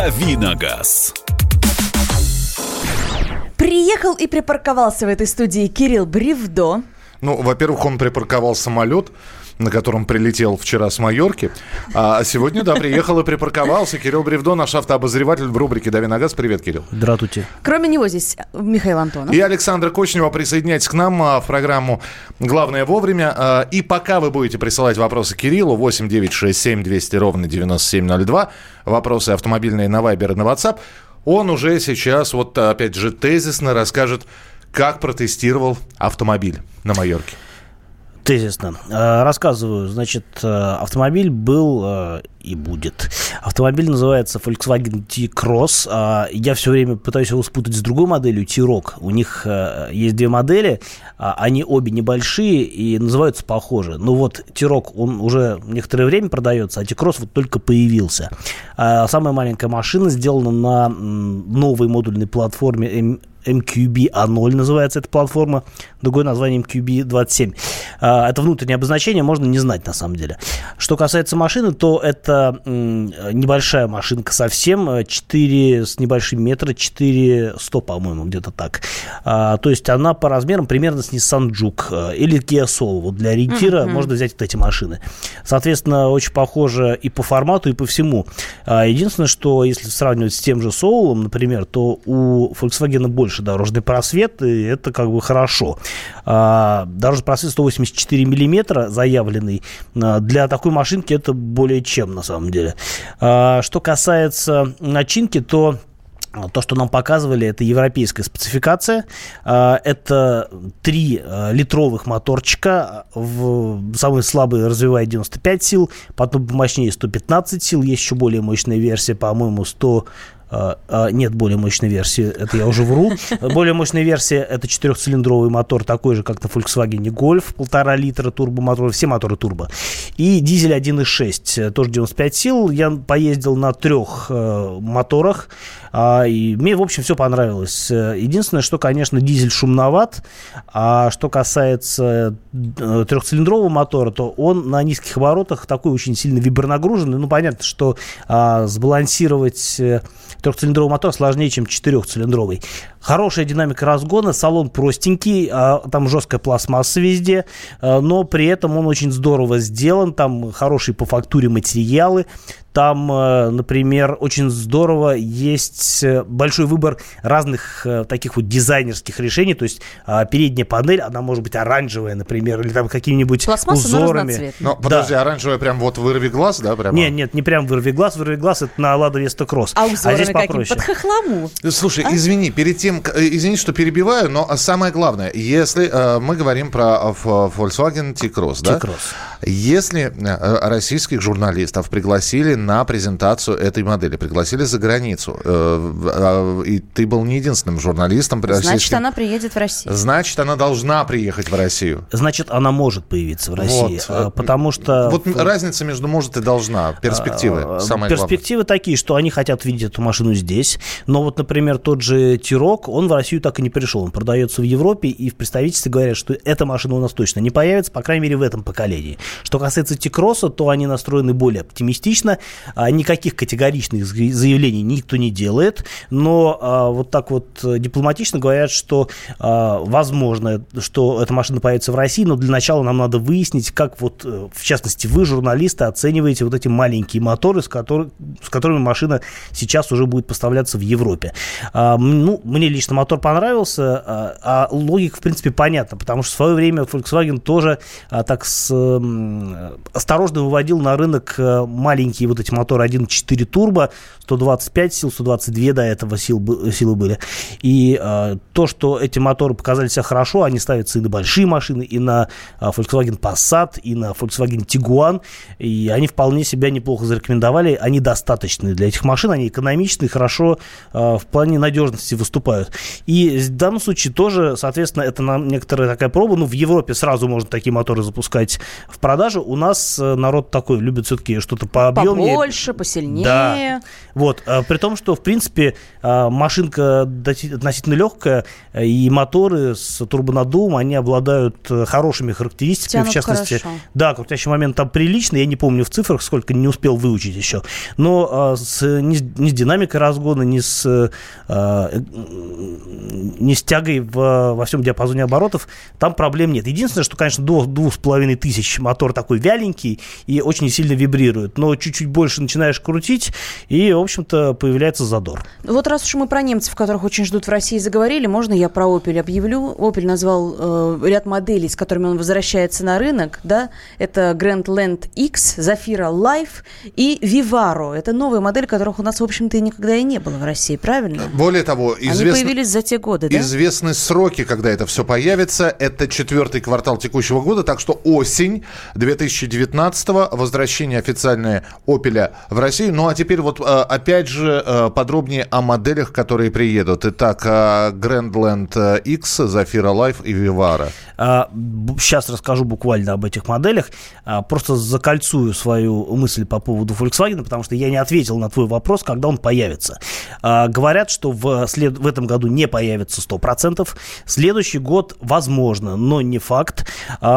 Давиногаз. Приехал и припарковался в этой студии Кирилл Бревдо. Ну, во-первых, он припарковал самолет, на котором прилетел вчера с Майорки. А сегодня, да, приехал и припарковался. Кирилл Бревдо, наш автообозреватель в рубрике «Давиногаз». Привет, Кирилл. Здравствуйте. Кроме него здесь Михаил Антонов. И Александра Кочнева. Присоединяйтесь к нам в программу «Главное вовремя». И пока вы будете присылать вопросы Кириллу, 8 967 200 ровно 9702, вопросы автомобильные на Вайбер и на WhatsApp, он уже сейчас, вот опять же, тезисно расскажет, как протестировал автомобиль на Майорке. Тезисно. Рассказываю. Значит, автомобиль был и будет. Автомобиль называется Volkswagen T-Cross. Я все время пытаюсь его спутать с другой моделью, T-Roc. У них есть две модели. Они обе небольшие и называются похожи. Но вот T-Roc, он уже некоторое время продается, а T-Cross вот только появился. Самая маленькая машина сделана на новой модульной платформе MQB A0 называется эта платформа, другое название MQB 27. Это внутреннее обозначение, можно не знать на самом деле. Что касается машины, то это небольшая машинка совсем, 4 с небольшим метра, 4,100, по-моему, где-то так. То есть она по размерам примерно с Nissan Juke или Kia Soul. Вот для ориентира можно взять вот эти машины. Соответственно, очень похоже и по формату, и по всему. Единственное, что если сравнивать с тем же Soul, например, то у Volkswagen больше дорожный просвет, и это как бы хорошо. Дорожный просвет 184 миллиметра заявленный. Для такой машинки это более чем, на самом деле. Что касается начинки, то, что нам показывали, это европейская спецификация. Это 3 литровых моторчика. Самый слабый развивает 95 сил, потом помощнее 115 сил. Есть еще более мощная версия, по-моему, 100... Нет более мощной версии, это я уже вру. Более мощная версия — это 4-цилиндровый мотор, такой же, как на Volkswagen Golf, 1,5 литра турбомотор, все моторы турбо. И дизель 1.6, тоже 95 сил. Я поездил на 3 моторах, и мне, в общем, все понравилось. Единственное, что, конечно, дизель шумноват. А что касается 3-цилиндрового мотора, то он на низких оборотах такой очень сильно вибронагруженный. Ну, понятно, что сбалансировать 3-цилиндровый мотор сложнее, чем 4-цилиндровый. Хорошая динамика разгона, салон простенький, там жесткая пластмасса везде, но при этом он очень здорово сделан, там хорошие по фактуре материалы. Там, например, очень здорово есть большой выбор разных таких вот дизайнерских решений. То есть передняя панель, она может быть оранжевая, например, или там какими-нибудь пластмасса узорами. Но подожди, да. Оранжевая прям вот вырви глаз, да? Прямо? Нет, не прям вырви глаз. Вырви глаз — это на Lada Vesta Cross. А узорами здесь какими? попроще. Под хохлому. Слушай, извини, извини, что перебиваю, но самое главное, если мы говорим про Volkswagen T-Cross, да? T-Cross. Если российских журналистов пригласили на презентацию этой модели, пригласили за границу, и ты был не единственным журналистом. Значит, она приедет в Россию. Значит, она должна приехать в Россию. Значит, она может появиться в России, вот. Потому что... Вот разница между может и должна, перспективы, самое перспективы главное. Такие, что они хотят видеть эту машину здесь, но вот, например, тот же T-Roc, он в Россию так и не пришел, он продается в Европе, и в представительстве говорят, что эта машина у нас точно не появится, по крайней мере, в этом поколении. Что касается T-Cross, то они настроены более оптимистично, никаких категоричных заявлений никто не делает, но вот так вот дипломатично говорят, что возможно, что эта машина появится в России, но для начала нам надо выяснить, как вот, в частности, вы, журналисты, оцениваете вот эти маленькие моторы, с которыми машина сейчас уже будет поставляться в Европе. Мне лично мотор понравился, а логика, в принципе, понятна, потому что в свое время Volkswagen тоже так осторожно выводил на рынок маленькие вот эти моторы 1.4 турбо, 125 сил, 122 до этого силы были. И то, что эти моторы показали себя хорошо, они ставятся и на большие машины, и на Volkswagen Passat, и на Volkswagen Tiguan, и они вполне себя неплохо зарекомендовали, они достаточны для этих машин, они экономичны, хорошо в плане надежности выступают. покупают. И в данном случае тоже, соответственно, это некоторая такая проба. В Европе сразу можно такие моторы запускать в продажу. У нас народ такой любит все-таки что-то пообъемнее. Побольше, посильнее. Да. Вот. При том, что, в принципе, машинка относительно легкая, и моторы с турбонаддувом, они обладают хорошими характеристиками. Тянут в частности, хорошо. да, крутящий момент там приличный. Я не помню в цифрах, сколько, не успел выучить еще. Но ни с динамикой разгона, ни с тягой во всем диапазоне оборотов там проблем нет. Единственное, что, конечно, до 2500 мотор такой вяленький и очень сильно вибрирует. Но чуть-чуть больше начинаешь крутить, и, в общем-то, появляется задор. Вот раз уж мы про немцев, которых очень ждут в России, заговорили, можно я про Opel объявлю? Opel назвал ряд моделей, с которыми он возвращается на рынок. Да? Это Grandland X, Zafira Life и Vivaro. Это новые модели, которых у нас, в общем-то, и никогда и не было в России, правильно? Более того, Они появились за те годы, да? Известны сроки, когда это все появится. Это 4-й квартал текущего года, так что осень 2019-го, возвращение официальное Opel в Россию. Ну, а теперь вот опять же подробнее о моделях, которые приедут. Итак, Grandland X, Zafira Life и Vivaro. Сейчас расскажу буквально об этих моделях. Просто закольцую свою мысль по поводу Volkswagen, потому что я не ответил на твой вопрос, когда он появится. Говорят, что в этом году не появится 100%. Следующий год возможно, но не факт.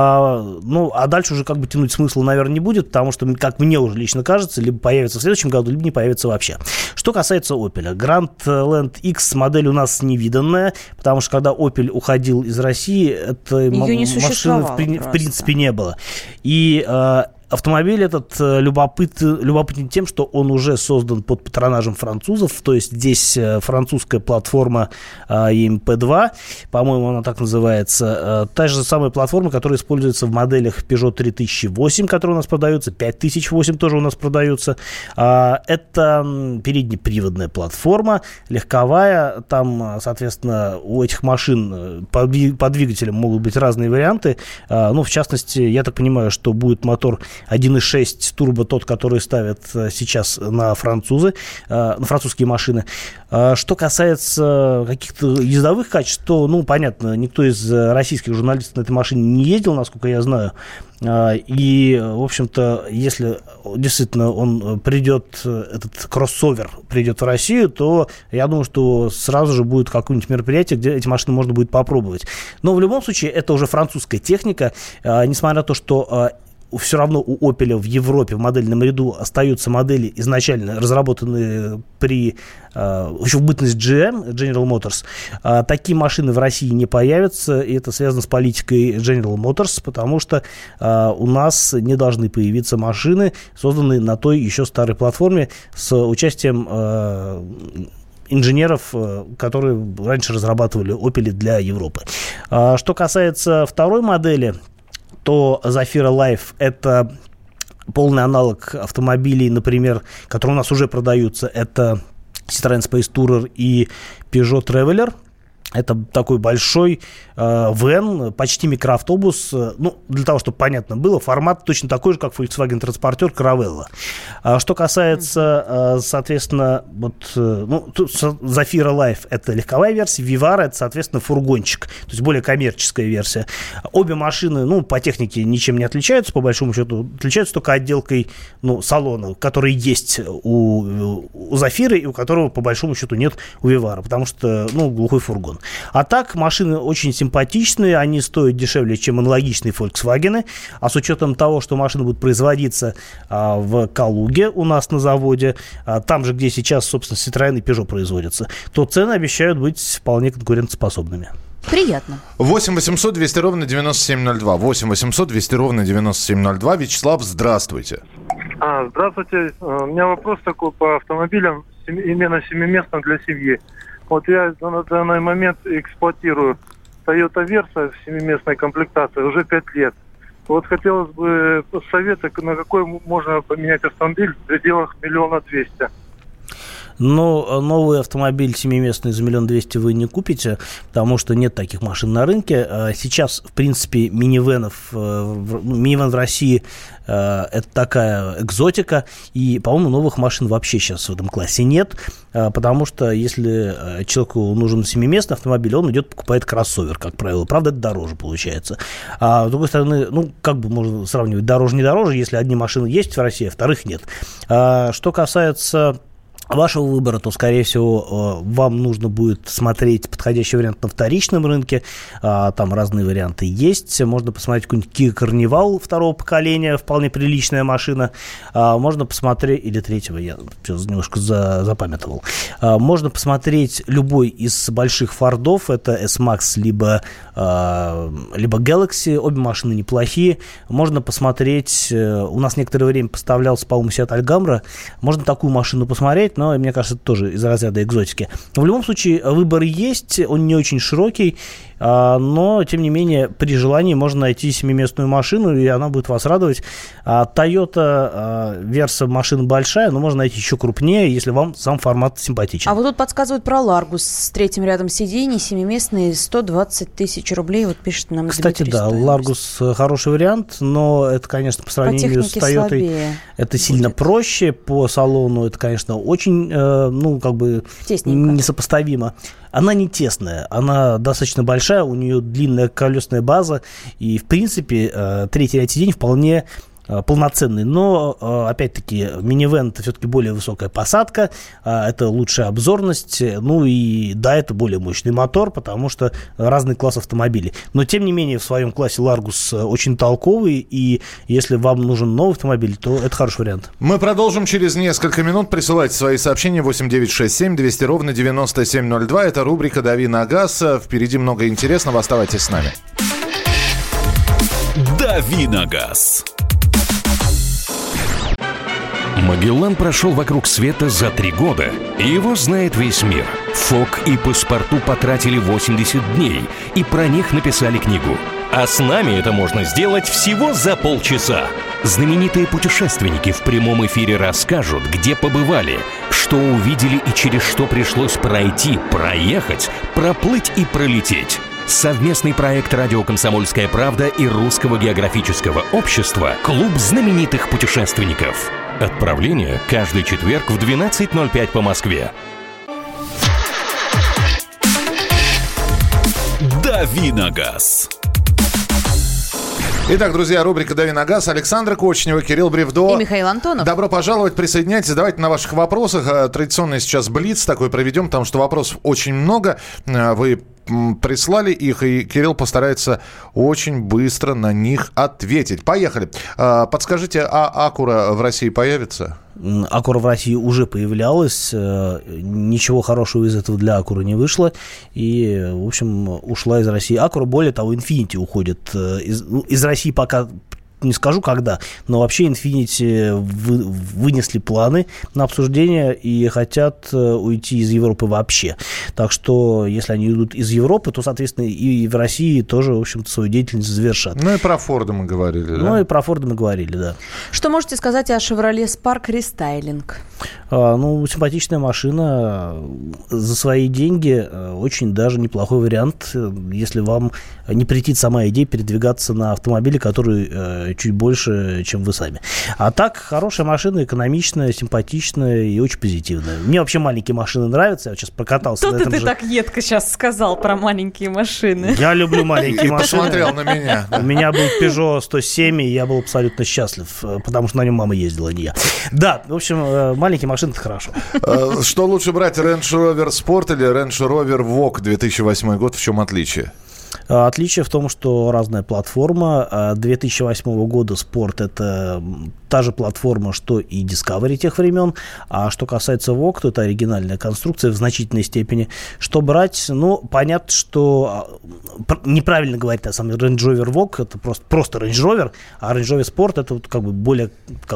А дальше уже как бы тянуть смысла, наверное, не будет, потому что, как мне уже лично кажется, либо появится в следующем году, либо не появится вообще. Что касается Opel. Grandland X модель у нас невиданная, потому что когда Opel уходил из России, этой машины в принципе не было. И автомобиль этот любопытен тем, что он уже создан под патронажем французов, то есть здесь французская платформа EMP2, по-моему, она так называется, та же самая платформа, которая используется в моделях Peugeot 3008, которые у нас продаются, 5008 тоже у нас продаются. Это переднеприводная платформа, легковая, там, соответственно, у этих машин по двигателям могут быть разные варианты, в частности, я так понимаю, что будет мотор 1.6 турбо, тот, который ставят сейчас на французы, на французские машины. Что касается каких-то ездовых качеств, то, понятно, никто из российских журналистов на этой машине не ездил, насколько я знаю. И, в общем-то, если действительно он придет, этот кроссовер придет в Россию, то я думаю, что сразу же будет какое-нибудь мероприятие, где эти машины можно будет попробовать. Но в любом случае, это уже французская техника, несмотря на то, что все равно у Opel в Европе в модельном ряду остаются модели, изначально разработанные еще в бытность GM, General Motors. Такие машины в России не появятся, и это связано с политикой General Motors, потому что у нас не должны появиться машины, созданные на той еще старой платформе с участием инженеров, которые раньше разрабатывали Opel для Европы. Что касается второй модели, то Zafira Life – это полный аналог автомобилей, например, которые у нас уже продаются. Это Citroёn Space Tourer и Peugeot Traveler. Это такой большой вэн, почти микроавтобус. Для того, чтобы понятно было, формат точно такой же, как Volkswagen Transporter Caravella. Что касается, соответственно, Zafira Life – это легковая версия, Vivaro – это, соответственно, фургончик, то есть более коммерческая версия. Обе машины, по технике ничем не отличаются, по большому счету, отличаются только отделкой салона, который есть у Zafira и у которого, по большому счету, нет у Vivaro, потому что, глухой фургон. А так, машины очень симпатичные, они стоят дешевле, чем аналогичные Volkswagen. А с учетом того, что машины будут производиться в Калуге у нас на заводе, там же, где сейчас, собственно, Citroёn и Peugeot производятся, то цены обещают быть вполне конкурентоспособными. Приятно. 8 800 200 ровно 9702. 8 800 200 ровно 9702. Вячеслав, здравствуйте. Здравствуйте. У меня вопрос такой по автомобилям, именно семиместным для семьи. Вот я на данный момент эксплуатирую Toyota Versa в семиместной комплектации уже 5 лет. Вот хотелось бы совета, на какой можно поменять автомобиль в пределах 1 200 000. Но новый автомобиль семиместный за 1 200 000 вы не купите, потому что нет таких машин на рынке. Сейчас, в принципе, минивэн в России это такая экзотика, и, по-моему, новых машин вообще сейчас в этом классе нет, потому что если человеку нужен семиместный автомобиль, он идет покупает кроссовер, как правило. Правда, это дороже получается. А с другой стороны, как бы можно сравнивать дороже, не дороже, если одни машины есть в России, а вторых нет. Что касается вашего выбора, то, скорее всего, вам нужно будет смотреть подходящий вариант на вторичном рынке. Там разные варианты есть. Можно посмотреть какой-нибудь Kia Carnival второго поколения, вполне приличная машина. Можно посмотреть, или третьего, я немножко запамятовал. Можно посмотреть любой из больших Фордов. Это S-Max, либо Galaxy. Обе машины неплохие. Можно посмотреть, у нас некоторое время поставлялся, по-моему, Seat Alhambra. Можно такую машину посмотреть, но, мне кажется, это тоже из разряда экзотики. В любом случае, выбор есть, он не очень широкий, но, тем не менее, при желании можно найти семиместную машину, и она будет вас радовать. Toyota Versa машина большая, но можно найти еще крупнее, если вам сам формат симпатичен. А вот тут подсказывают про Ларгус с третьим рядом сидений, семиместный, 120 000 рублей, вот пишет нам Дмитрий. Кстати, да, Ларгус хороший вариант, но это, конечно, по сравнению с Toyota, это сильно проще, по салону это, конечно, очень, несопоставимо. Она не тесная, она достаточно большая, у нее длинная колесная база, и, в принципе, третий ряд сидений вполне полноценный, но, опять-таки, минивэн — это все-таки более высокая посадка, это лучшая обзорность, и, да, это более мощный мотор, потому что разный класс автомобилей. Но, тем не менее, в своем классе Ларгус очень толковый, и если вам нужен новый автомобиль, то это хороший вариант. Мы продолжим через несколько минут. Присылайте свои сообщения 8967 200 ровно 9702. Это рубрика «Дави на газ». Впереди много интересного. Оставайтесь с нами. «Дави на газ». Магеллан прошел вокруг света за 3 года, и его знает весь мир. ФОК и Паспорту потратили 80 дней, и про них написали книгу. А с нами это можно сделать всего за полчаса. Знаменитые путешественники в прямом эфире расскажут, где побывали, что увидели и через что пришлось пройти, проехать, проплыть и пролететь. Совместный проект «Радио Комсомольская правда» и Русского географического общества «Клуб знаменитых путешественников». Отправление каждый четверг в 12:05 по Москве. «Дави на газ». Итак, друзья, рубрика «Дави на газ». Александра Кочнева, Кирилл Бревдо. И Михаил Антонов. Добро пожаловать, присоединяйтесь. Давайте на ваших вопросах. Традиционно сейчас блиц такой проведем, потому что вопросов очень много. Вы прислали их, и Кирилл постарается очень быстро на них ответить. Поехали. Подскажите, Акура в России появится? Акура в России уже появлялась, ничего хорошего из этого для Акуры не вышло, и, в общем, ушла из России Акура. Более того, Infiniti уходит из России пока... Не скажу когда, но вообще Infiniti вынесли планы на обсуждение и хотят уйти из Европы вообще. Так что, если они идут из Европы, то, соответственно, и в России тоже, в общем-то, свою деятельность завершат. Ну и про Форда мы говорили, да? Что можете сказать о Chevrolet Spark Restyling? Симпатичная машина. За свои деньги очень даже неплохой вариант, если вам не претит сама идея передвигаться на автомобиле, который чуть больше, чем вы сами. А так, хорошая машина, экономичная, симпатичная и очень позитивная. Мне вообще маленькие машины нравятся. Я сейчас прокатался. Что ты так едко сейчас сказал про маленькие машины? Я люблю маленькие машины. Посмотрел на меня. У меня был Peugeot 107, и я был абсолютно счастлив, потому что на нем мама ездила, не я. Да, в общем, маленькие машины — это хорошо. Что лучше брать, Range Rover Sport или Range Rover Vogue 2008 год? В чем отличие? Отличие в том, что разная платформа. 2008 года Sport — это та же платформа, что и Discovery тех времен. А что касается Vogue, то это оригинальная конструкция в значительной степени. Что брать? Понятно, что неправильно говорить о самом Range Rover Vogue. Это просто Range Rover. А Range Rover Sport — это более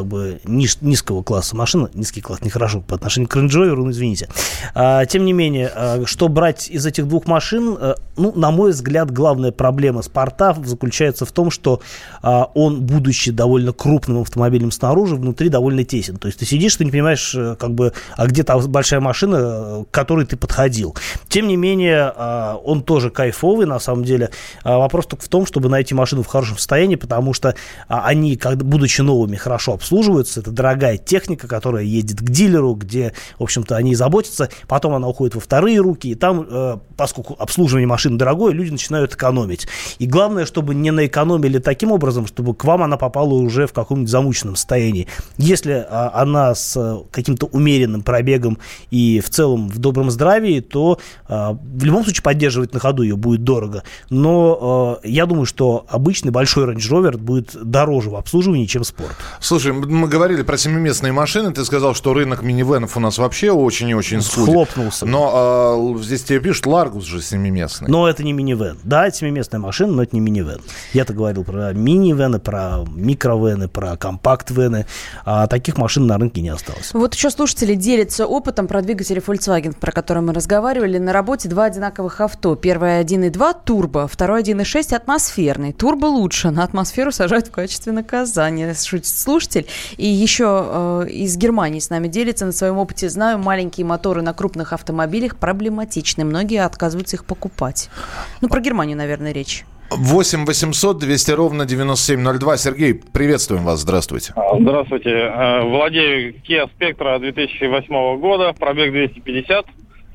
низкого класса машина. Низкий класс нехорошо по отношению к Range Rover, извините. Тем не менее, что брать из этих двух машин? На мой взгляд, главная проблема Спорта заключается в том, что он, будучи довольно крупным автомобилем автомобилем снаружи, внутри довольно тесен. То есть ты сидишь, ты не понимаешь, как бы, а где та большая машина, к которой ты подходил. Тем не менее, он тоже кайфовый, на самом деле. Вопрос только в том, чтобы найти машину в хорошем состоянии, потому что они, будучи новыми, хорошо обслуживаются. Это дорогая техника, которая едет к дилеру, где, в общем-то, они заботятся. Потом она уходит во вторые руки, и там, поскольку обслуживание машин дорогое, люди начинают экономить. И главное, чтобы не наэкономили таким образом, чтобы к вам она попала уже в каком-нибудь замученном состоянии. Если она с каким-то умеренным пробегом и в целом в добром здравии, то в любом случае поддерживать на ходу ее будет дорого. Но я думаю, что обычный большой Range Rover будет дороже в обслуживании, чем Sport. Слушай, мы говорили про семиместные машины. Ты сказал, что рынок минивенов у нас вообще очень и очень скуден. Хлопнулся. Но здесь тебе пишут, Ларгус же семиместный. Но это не минивэн. Да, это семиместная машина, но это не минивэн. Я-то говорил про минивены, про микровены, про компакт-вены. А таких машин на рынке не осталось. Вот еще слушатели делятся опытом про двигатели Volkswagen, про которые мы разговаривали. На работе два одинаковых авто. Первое 1.2 турбо, второе 1.6 атмосферный. Турбо лучше, на атмосферу сажают в качестве наказания, шутит слушатель. И еще из Германии с нами делится на своем опыте. Знаю, маленькие моторы на крупных автомобилях проблематичны. Многие отказываются их покупать. Ну, про Германию, наверное, речь. 8 800 200 ровно 9702. Сергей, приветствуем вас. Здравствуйте. Здравствуйте. Владею Kia Spectra 2008 года, пробег 250.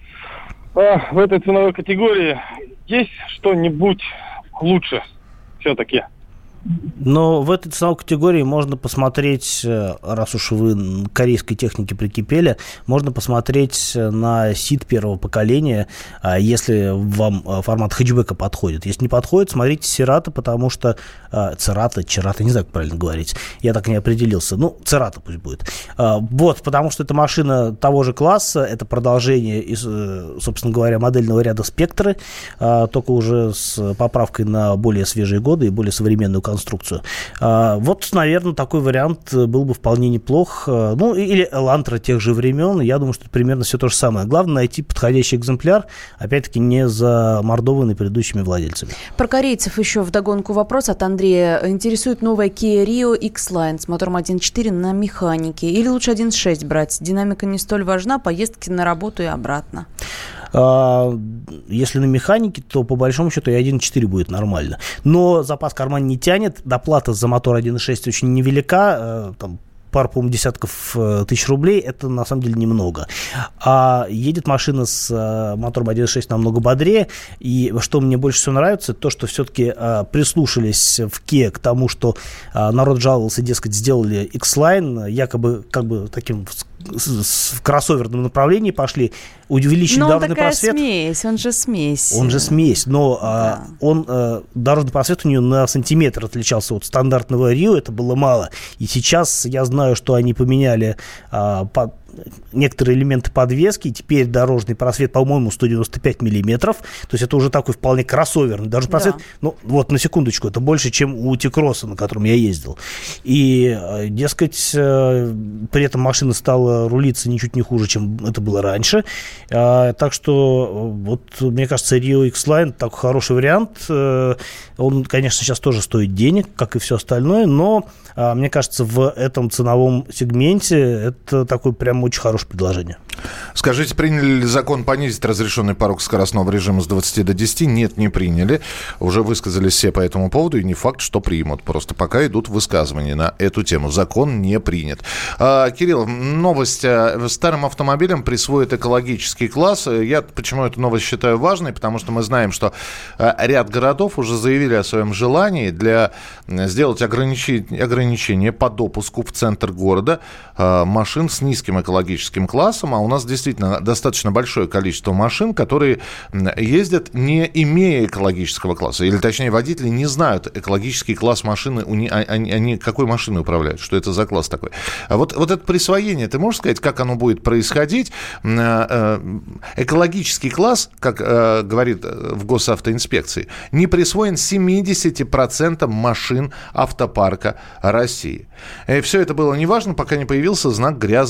В этой ценовой категории есть что-нибудь лучше все-таки? Но в этой ценовой категории можно посмотреть, раз уж вы к корейской технике прикипели, можно посмотреть на Ceed первого поколения, если вам формат хэтчбека подходит. Если не подходит, смотрите Cerato, потому что... Cerato, не знаю, как правильно говорить. Я так и не определился. Ну, Cerato пусть будет. Вот, потому что это машина того же класса, это продолжение, собственно говоря, модельного ряда Spectra, только уже с поправкой на более свежие годы и более современную конструкцию. Вот, наверное, такой вариант был бы вполне неплох. Ну, или Elantra тех же времен. Я думаю, что это примерно все то же самое. Главное найти подходящий экземпляр, опять-таки, не замордованный предыдущими владельцами. Про корейцев еще вдогонку вопрос от Андрея. Интересует новая Kia Rio X-Line с мотором 1.4 на механике. Или лучше 1.6 брать? Динамика не столь важна, поездки на работу и обратно. Если на механике, то по большому счету и 1.4 будет нормально. Но запас кармана не тянет, доплата за мотор 1.6 очень невелика, там пару, по-моему, десятков тысяч рублей, это на самом деле немного. А едет машина с мотором 1.6 намного бодрее, и что мне больше всего нравится, то, что все-таки прислушались в Kia к тому, что народ жаловался, дескать, сделали X-Line, якобы как бы таким в кроссоверном направлении пошли, увеличили дорожный просвет. Он же смесь. Он же смесь, но да. Дорожный просвет у нее на сантиметр отличался от стандартного Rio, это было мало. И сейчас я знаю, что они поменяли некоторые элементы подвески, теперь дорожный просвет, по-моему, 195 миллиметров, то есть это уже такой вполне кроссоверный дорожный просвет, да. Ну, вот, на секундочку, это больше, чем у T-Cross, на котором я ездил. И, дескать, при этом машина стала рулиться ничуть не хуже, чем это было раньше, так что, вот, мне кажется, Rio X-Line такой хороший вариант, он, конечно, сейчас тоже стоит денег, как и все остальное, но, мне кажется, в этом ценовом сегменте это такой прям очень хорошее предложение. Скажите, приняли ли закон понизить разрешенный порог скоростного режима с 20 до 10? Нет, не приняли. Уже высказались все по этому поводу, и не факт, что примут. Просто пока идут высказывания на эту тему. Закон не принят. Кирилл, новость. Старым автомобилям присвоят экологический класс. Я почему эту новость считаю важной? Потому что мы знаем, что ряд городов уже заявили о своем желании сделать ограничение по допуску в центр города машин с низким экологическим классом, а у нас действительно достаточно большое количество машин, которые ездят, не имея экологического класса. Или, точнее, водители не знают экологический класс машины, они какой машиной управляют, что это за класс такой. А вот это присвоение, ты можешь сказать, как оно будет происходить? Экологический класс, как говорит в госавтоинспекции, не присвоен 70% машин автопарка России. И все это было неважно, пока не появился знак «грязный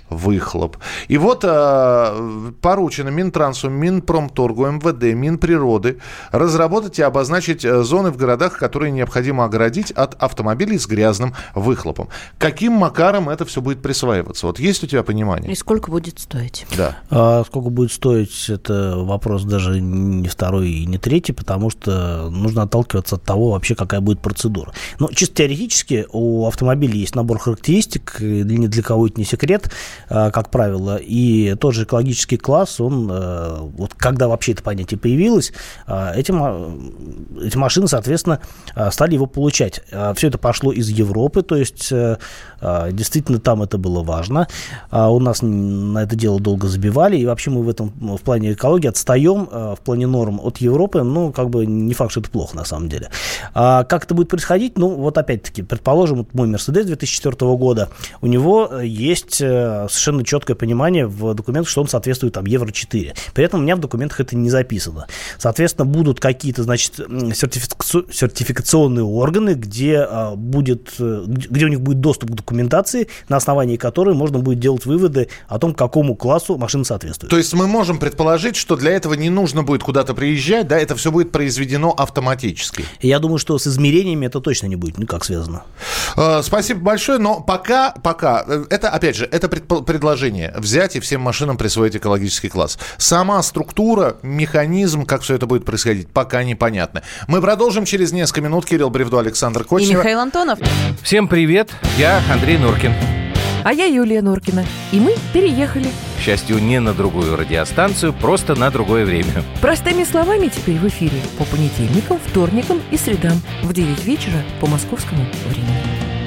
выхлоп. И вот поручено Минтрансу, Минпромторгу, МВД, Минприроды разработать и обозначить зоны в городах, которые необходимо оградить от автомобилей с грязным выхлопом. Каким макаром это все будет присваиваться? Вот есть у тебя понимание? И сколько будет стоить? Да. Сколько будет стоить, это вопрос даже не второй и не третий, потому что нужно отталкиваться от того, вообще какая будет процедура. Но чисто теоретически у автомобиля есть набор характеристик, ни для кого это не секрет, как правило, и тот же экологический класс, он, вот когда вообще это понятие появилось, эти машины, соответственно, стали его получать. Все это пошло из Европы, то есть действительно там это было важно. У нас на это дело долго забивали, и вообще мы в плане экологии отстаем в плане норм от Европы, ну, как бы не факт, что это плохо на самом деле. Как это будет происходить? Ну, вот опять-таки, предположим, вот мой Mercedes 2004 года, у него есть совершенно четкое понимание в документах, что он соответствует там Евро-4. При этом у меня в документах это не записано. Соответственно, будут какие-то, значит, сертификационные органы, где у них будет доступ к документации, на основании которой можно будет делать выводы о том, какому классу машина соответствует. То есть мы можем предположить, что для этого не нужно будет куда-то приезжать, да, это все будет произведено автоматически. Я думаю, что с измерениями это точно не будет никак связано. Спасибо большое, но пока, это, опять же, это предложение взять и всем машинам присвоить экологический класс. Сама структура, механизм, как все это будет происходить, пока непонятно. Мы продолжим через несколько минут. Кирилл Бревдо, Александр Кочнев. И Михаил Антонов. Всем привет, я Андрей Нуркин. А я Юлия Нуркина. И мы переехали. К счастью, не на другую радиостанцию, просто на другое время. Простыми словами теперь в эфире по понедельникам, вторникам и средам в 9 вечера по московскому времени.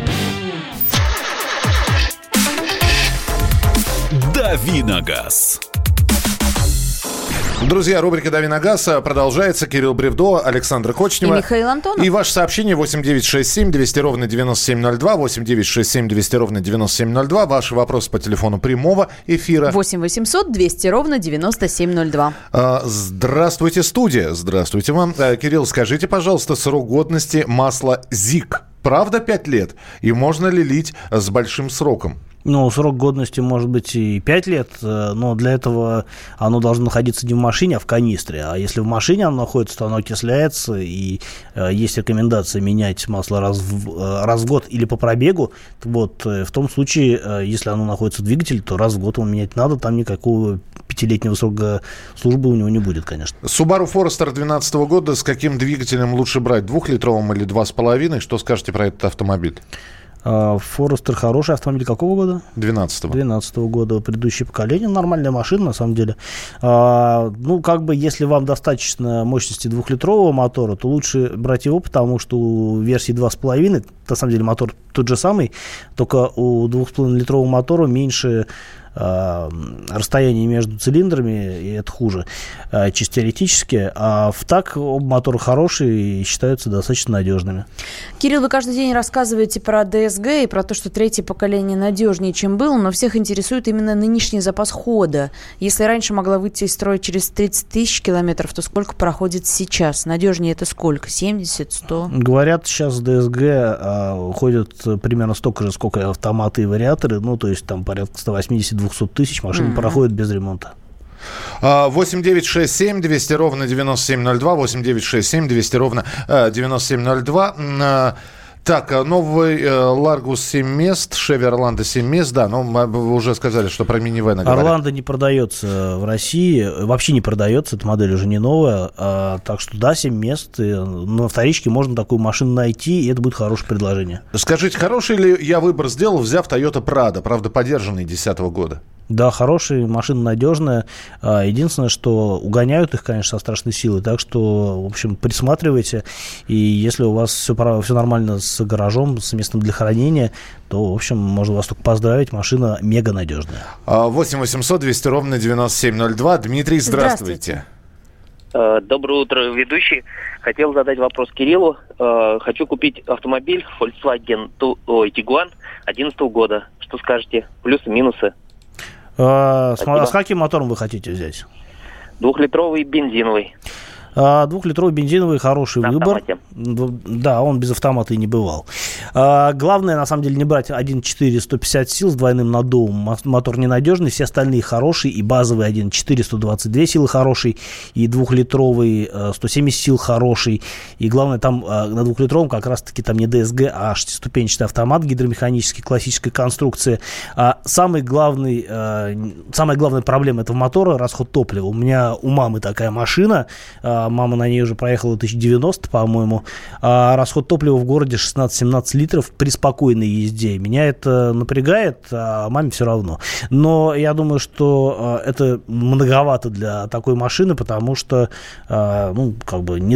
Давиногаз. Друзья, рубрика «Дави на газ» продолжается. Кирилл Бревдо, Александр Кочнева. И Михаил Антонов. И ваше сообщение 8967-200-97-02, 8967-200-97-02. Ваши вопросы по телефону прямого эфира. 8-800-200-97-02. Здравствуйте, студия. Здравствуйте вам. Кирилл, скажите, пожалуйста, срок годности масла ЗИК. Правда 5 лет? И можно ли лить с большим сроком? Ну, срок годности может быть и 5 лет, но для этого оно должно находиться не в машине, а в канистре. А если в машине оно находится, то оно окисляется, и есть рекомендация менять масло раз в год или по пробегу. Вот, в том случае, если оно находится в двигателе, то раз в год его менять надо, там никакого 5-летнего срока службы у него не будет, конечно. Subaru Forester 2012 года, с каким двигателем лучше брать, 2-литровым или 2,5? Что скажете про этот автомобиль? Форестер хороший автомобиль какого года? 12-го года, предыдущее поколение. Нормальная машина, на самом деле. Ну, как бы, если вам достаточно мощности 2-литрового мотора, то лучше брать его, потому что у версии 2,5, на самом деле, мотор тот же самый, только у 2,5-литрового мотора меньше расстояние между цилиндрами, и это хуже, чисто теоретически. А так оба мотора хорошие и считаются достаточно надежными. Кирилл, вы каждый день рассказываете про ДСГ и про то, что третье поколение надежнее, чем было, но всех интересует именно нынешний запас хода. Если раньше могла выйти из строя через 30 тысяч километров, то сколько проходит сейчас? Надежнее это сколько? 70, 100? Говорят, сейчас ДСГ ходят примерно столько же, сколько и автоматы и вариаторы, ну, то есть там порядка 180-200 тысяч машин проходит без ремонта. 8-967 200 ровно 9702, 8-967 200 ровно 9702. Так, новый Ларгус 7 мест, Chevy Орландо 7 мест, да, но мы уже сказали, что про минивэны говорят. Орландо не продается в России, вообще не продается, эта модель уже не новая, так что да, 7 мест, на вторичке можно такую машину найти, и это будет хорошее предложение. Скажите, хороший ли я выбор сделал, взяв Toyota Prado, правда, подержанный 2010 года? Да, хорошая машина, надежная. Единственное, что угоняют их, конечно, со страшной силой. Так что, в общем, присматривайте. И если у вас все нормально с гаражом, с местом для хранения, то, в общем, можно вас только поздравить. Машина мега надежная. 8 800 200 ровно 9702. Дмитрий, здравствуйте. Доброе утро, ведущий. Хотел задать вопрос Кириллу. Хочу купить автомобиль Volkswagen Tiguan 2011 года. Что скажете? Плюсы, минусы? С каким мотором вы хотите взять? 2-литровый бензиновый. 2-литровый бензиновый хороший на выбор. автомате. Да, он без автомата и не бывал. Главное, на самом деле, не брать 1.4 150 сил с двойным наддувом. Мотор ненадежный, все остальные хорошие. И базовый 1.4 122 силы хороший, и 2-литровый 170 сил хороший. И главное, там на 2-литровом как раз-таки там не DSG, а шестиступенчатый автомат гидромеханический, классической конструкции. Самая главная проблема этого мотора — расход топлива. У мамы такая машина, мама на ней уже проехала 1090, по-моему, а расход топлива в городе 16-17 литров при спокойной езде. Меня это напрягает, а маме все равно. Но я думаю, что это многовато для такой машины, потому что не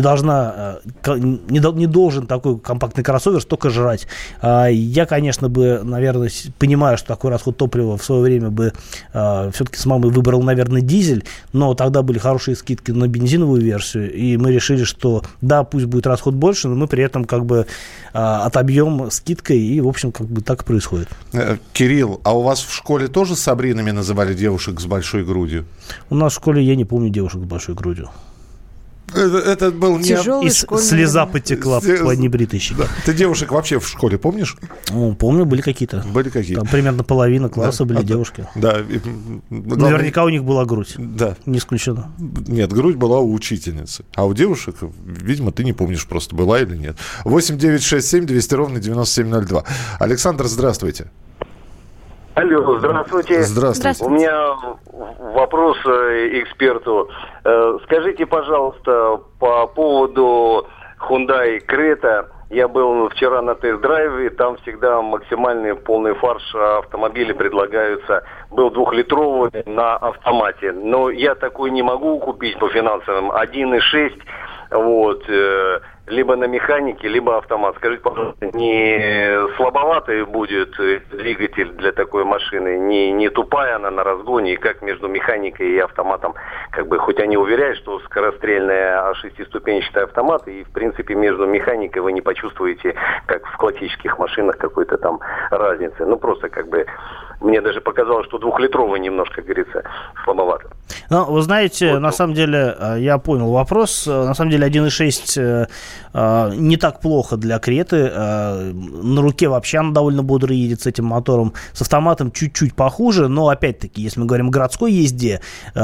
должен такой компактный кроссовер столько жрать. Я, конечно, наверное, понимаю, что такой расход топлива в свое время бы все-таки с мамой выбрал, наверное, дизель, но тогда были хорошие скидки на бензиновую версию, и мы решили, что да, пусть будет расход больше, но мы при этом отобьем скидкой, и, в общем, так и происходит. Кирилл, а у вас в школе тоже Сабринами называли девушек с большой грудью? У нас в школе, я не помню девушек с большой грудью. Это был тяжелый школьный... Слеза потекла по небритой щеке. Ты девушек вообще в школе помнишь? Помню, были какие-то. Там примерно половина класса были девушки. Да. Наверняка у них была грудь. Да. Не исключено. Нет, грудь была у учительницы. А у девушек, видимо, ты не помнишь просто, была или нет. 8-967 200 9702. Александр, здравствуйте. Алло, здравствуйте. Здравствуйте. У меня вопрос эксперту. Скажите, пожалуйста, по поводу Hyundai Creta. Я был вчера на тест-драйве, там всегда максимальный полный фарш автомобиля предлагаются. Был 2-литровый на автомате. Но я такой не могу купить по финансовым. 1.6, либо на механике, либо автомат. Скажите, пожалуйста, не слабоватый будет двигатель для такой машины? Не тупая она на разгоне? И как между механикой и автоматом? Хоть они уверяют, что скорострельная шестиступенчатый автомат, и, в принципе, между механикой вы не почувствуете, как в классических машинах, какой-то там разницы. Просто мне даже показалось, что 2-литровый немножко, как говорится, слабовато. Вы знаете, на самом деле, я понял вопрос. На самом деле 1.6 не так плохо для Креты. На руке вообще она довольно бодро едет с этим мотором. С автоматом чуть-чуть похуже, но опять-таки, если мы говорим о городской езде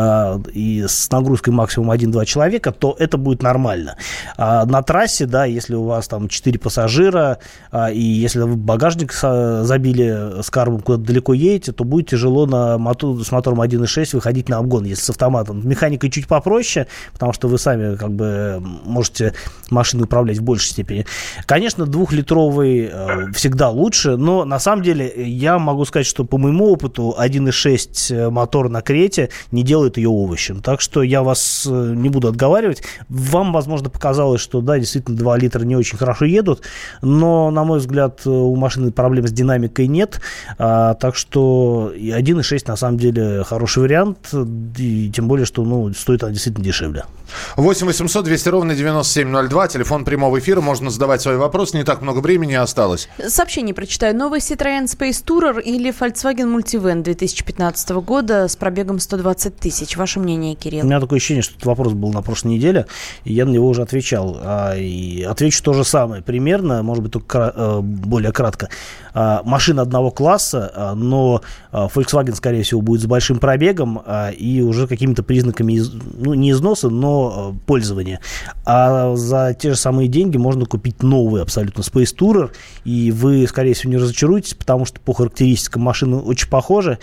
и с нагрузкой максимум 1-2 человека, то это будет нормально. На трассе, да, если у вас там 4 пассажира, и если вы багажник забили с карбом, куда-то далеко едете, то будет тяжело с мотором 1.6 выходить на обгон, если с автоматом. Механикой чуть попроще, потому что вы сами можете машину управлять в большей степени. Конечно, 2-литровый всегда лучше, но на самом деле я могу сказать, что по моему опыту 1.6 мотор на Крете не делает ее овощем. Так что я вас не буду отговаривать. Вам, возможно, показалось, что да, действительно 2 литра не очень хорошо едут, но, на мой взгляд, у машины проблем с динамикой нет. Так что 1.6 на самом деле хороший вариант, и тем более, что стоит она действительно дешевле. 8 800 200 9702, телефон прямого эфира, можно задавать свои вопросы, не так много времени осталось. Сообщение прочитаю. Новый Citroёn Space Tourer или Volkswagen Multivan 2015 года с пробегом 120 тысяч. Ваше мнение, Кирилл? У меня такое ощущение, что этот вопрос был на прошлой неделе, и я на него уже отвечал. И отвечу то же самое примерно, может быть, только более кратко. Машина одного класса, но Volkswagen, скорее всего, будет с большим пробегом и уже какими-то признаками, не износа, но пользования. А за те же самые деньги можно купить новый абсолютно Space Tourer, и вы, скорее всего, не разочаруетесь, потому что по характеристикам машины очень похожи.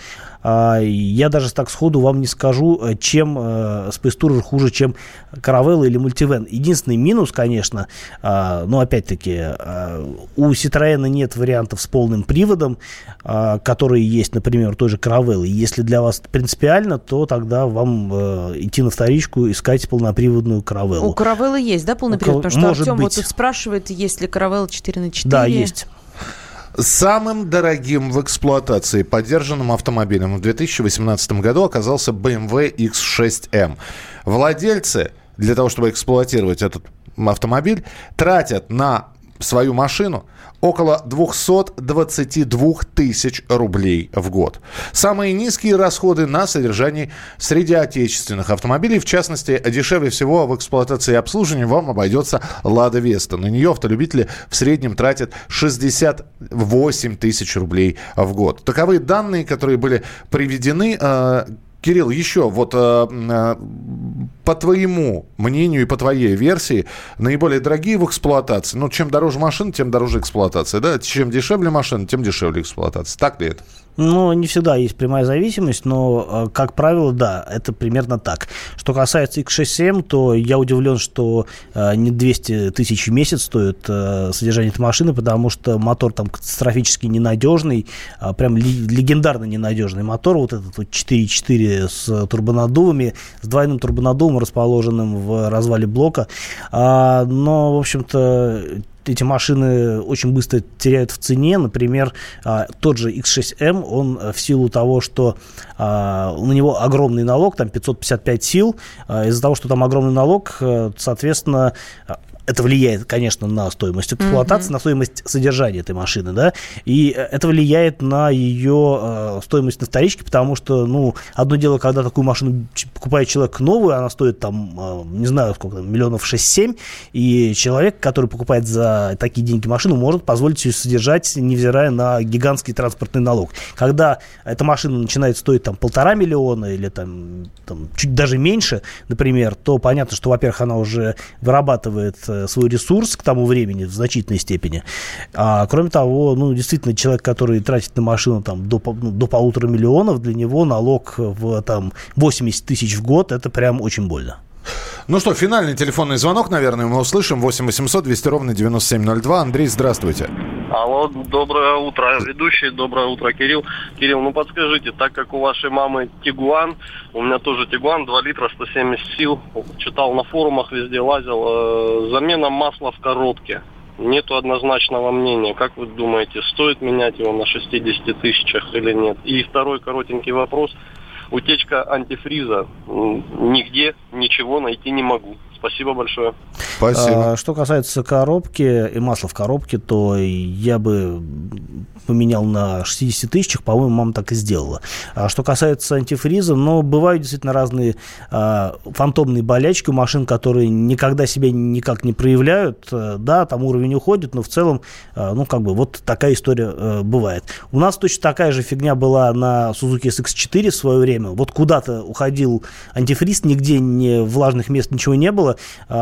Я даже так сходу вам не скажу, чем Space Tourer хуже, чем Caravelle или Multivan. Единственный минус, конечно, но опять-таки у Citroёn нет вариантов с полным приводом, которые есть, например, у той же Caravelle. И если для вас принципиально, то тогда вам идти на вторичку, искать полноприводную Caravelle. У Caravelle есть, да, полный привод? Потому что Артем вот тут спрашивает, есть ли Caravelle 4х4. Да, есть. Самым дорогим в эксплуатации подержанным автомобилем в 2018 году оказался BMW X6M. Владельцы для того, чтобы эксплуатировать этот автомобиль, тратят на свою машину около 222 тысяч рублей в год. Самые низкие расходы на содержание среди отечественных автомобилей. В частности, дешевле всего в эксплуатации и обслуживании вам обойдется «Лада Веста». На нее автолюбители в среднем тратят 68 тысяч рублей в год. Таковы данные, которые были приведены. Кирилл, еще вот по твоему мнению и по твоей версии, наиболее дорогие в эксплуатации, ну, чем дороже машина, тем дороже эксплуатация, да? Чем дешевле машина, тем дешевле эксплуатация. Так ли это? Ну, не всегда есть прямая зависимость, но, как правило, да, это примерно так. Что касается X6-7, то я удивлен, что не 200 тысяч в месяц стоит содержание этой машины, потому что мотор там катастрофически ненадежный, прям легендарно ненадежный мотор, вот этот вот 4.4 с турбонаддувами, с двойным турбонаддувом, расположенным в развале блока. Но, в общем-то, эти машины очень быстро теряют в цене. Например, тот же X6M, он в силу того, что на него огромный налог, там 555 сил, из-за того, что там огромный налог, соответственно, это влияет, конечно, на стоимость эксплуатации, на стоимость содержания этой машины, да, и это влияет на ее стоимость на вторичке, потому что, ну, одно дело, когда такую машину покупает человек новую, она стоит там, не знаю, сколько там, миллионов 6-7, и человек, который покупает за такие деньги машину, может позволить ее содержать, невзирая на гигантский транспортный налог. Когда эта машина начинает стоить там 1,5 миллиона или там чуть даже меньше, например, то понятно, что, во-первых, она уже вырабатывает свой ресурс к тому времени в значительной степени. А кроме того, ну, действительно, человек, который тратит на машину там, до 1,5 миллиона, для него налог в там, 80 тысяч в год, это прям очень больно. Ну что, финальный телефонный звонок, наверное, мы услышим. 8 800 200 ровно 9702. Андрей, здравствуйте. Алло, доброе утро, ведущий, доброе утро, Кирилл. Кирилл, ну подскажите, так как у вашей мамы Тигуан, у меня тоже Тигуан, 2 литра, 170 сил, читал на форумах, везде лазил, замена масла в коробке. Нету однозначного мнения. Как вы думаете, стоит менять его на 60 тысячах или нет? И второй коротенький вопрос. Утечка антифриза. Нигде ничего найти не могу. Спасибо большое. Спасибо. Что касается коробки и масла в коробке, то я бы поменял на 60 тысячах, по-моему, мама так и сделала. А что касается антифриза, но бывают действительно разные фантомные болячки у машин, которые никогда себя никак не проявляют. Да, там уровень уходит, но в целом, ну, как бы, вот такая история бывает. У нас точно такая же фигня была на Suzuki SX4 в свое время. Вот куда-то уходил антифриз, нигде не влажных мест ничего не было.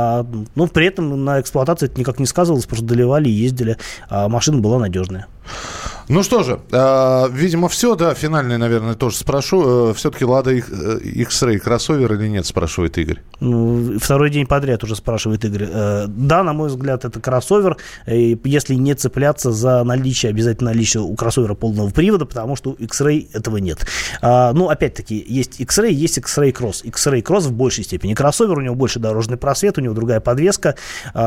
Но при этом на эксплуатации это никак не сказывалось, просто доливали и ездили, а машина была надежная. Ну что же, видимо, все, да, финальное, наверное, тоже спрошу. Все-таки Lada X-Ray кроссовер или нет, спрашивает Игорь. Ну, второй день подряд уже спрашивает Игорь. Да, на мой взгляд, это кроссовер, если не цепляться за наличие, обязательно наличие у кроссовера полного привода, потому что у X-Ray этого нет. Ну, опять-таки, есть X-Ray, есть X-Ray Cross. X-Ray Cross в большей степени кроссовер, у него больше дорожный просвет, у него другая подвеска,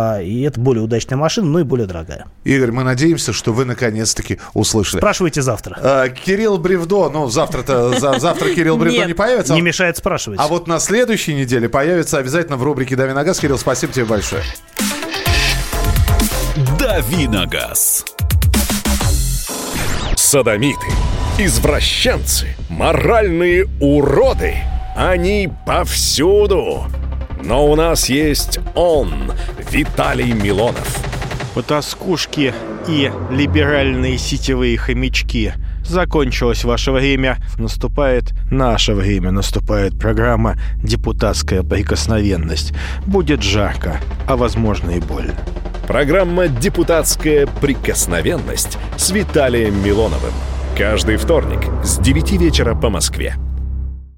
и это более удачная машина, но и более дорогая. Игорь, мы надеемся, что вы наконец-таки услышали. Спрашивайте завтра. Кирилл Бревдо, ну, завтра Кирилл Бревдо не появится. Не мешает спрашивать. А вот на следующей неделе появится обязательно в рубрике «Дави на газ». Кирилл, спасибо тебе большое. «Дави на газ». Содомиты, извращенцы, моральные уроды. Они повсюду. Но у нас есть он, Виталий Милонов. Потаскушки и либеральные сетевые хомячки. Закончилось ваше время, наступает наше время, наступает программа «Депутатская прикосновенность». Будет жарко, а возможно и больно. Программа «Депутатская прикосновенность» с Виталием Милоновым. Каждый вторник с 9 вечера по Москве.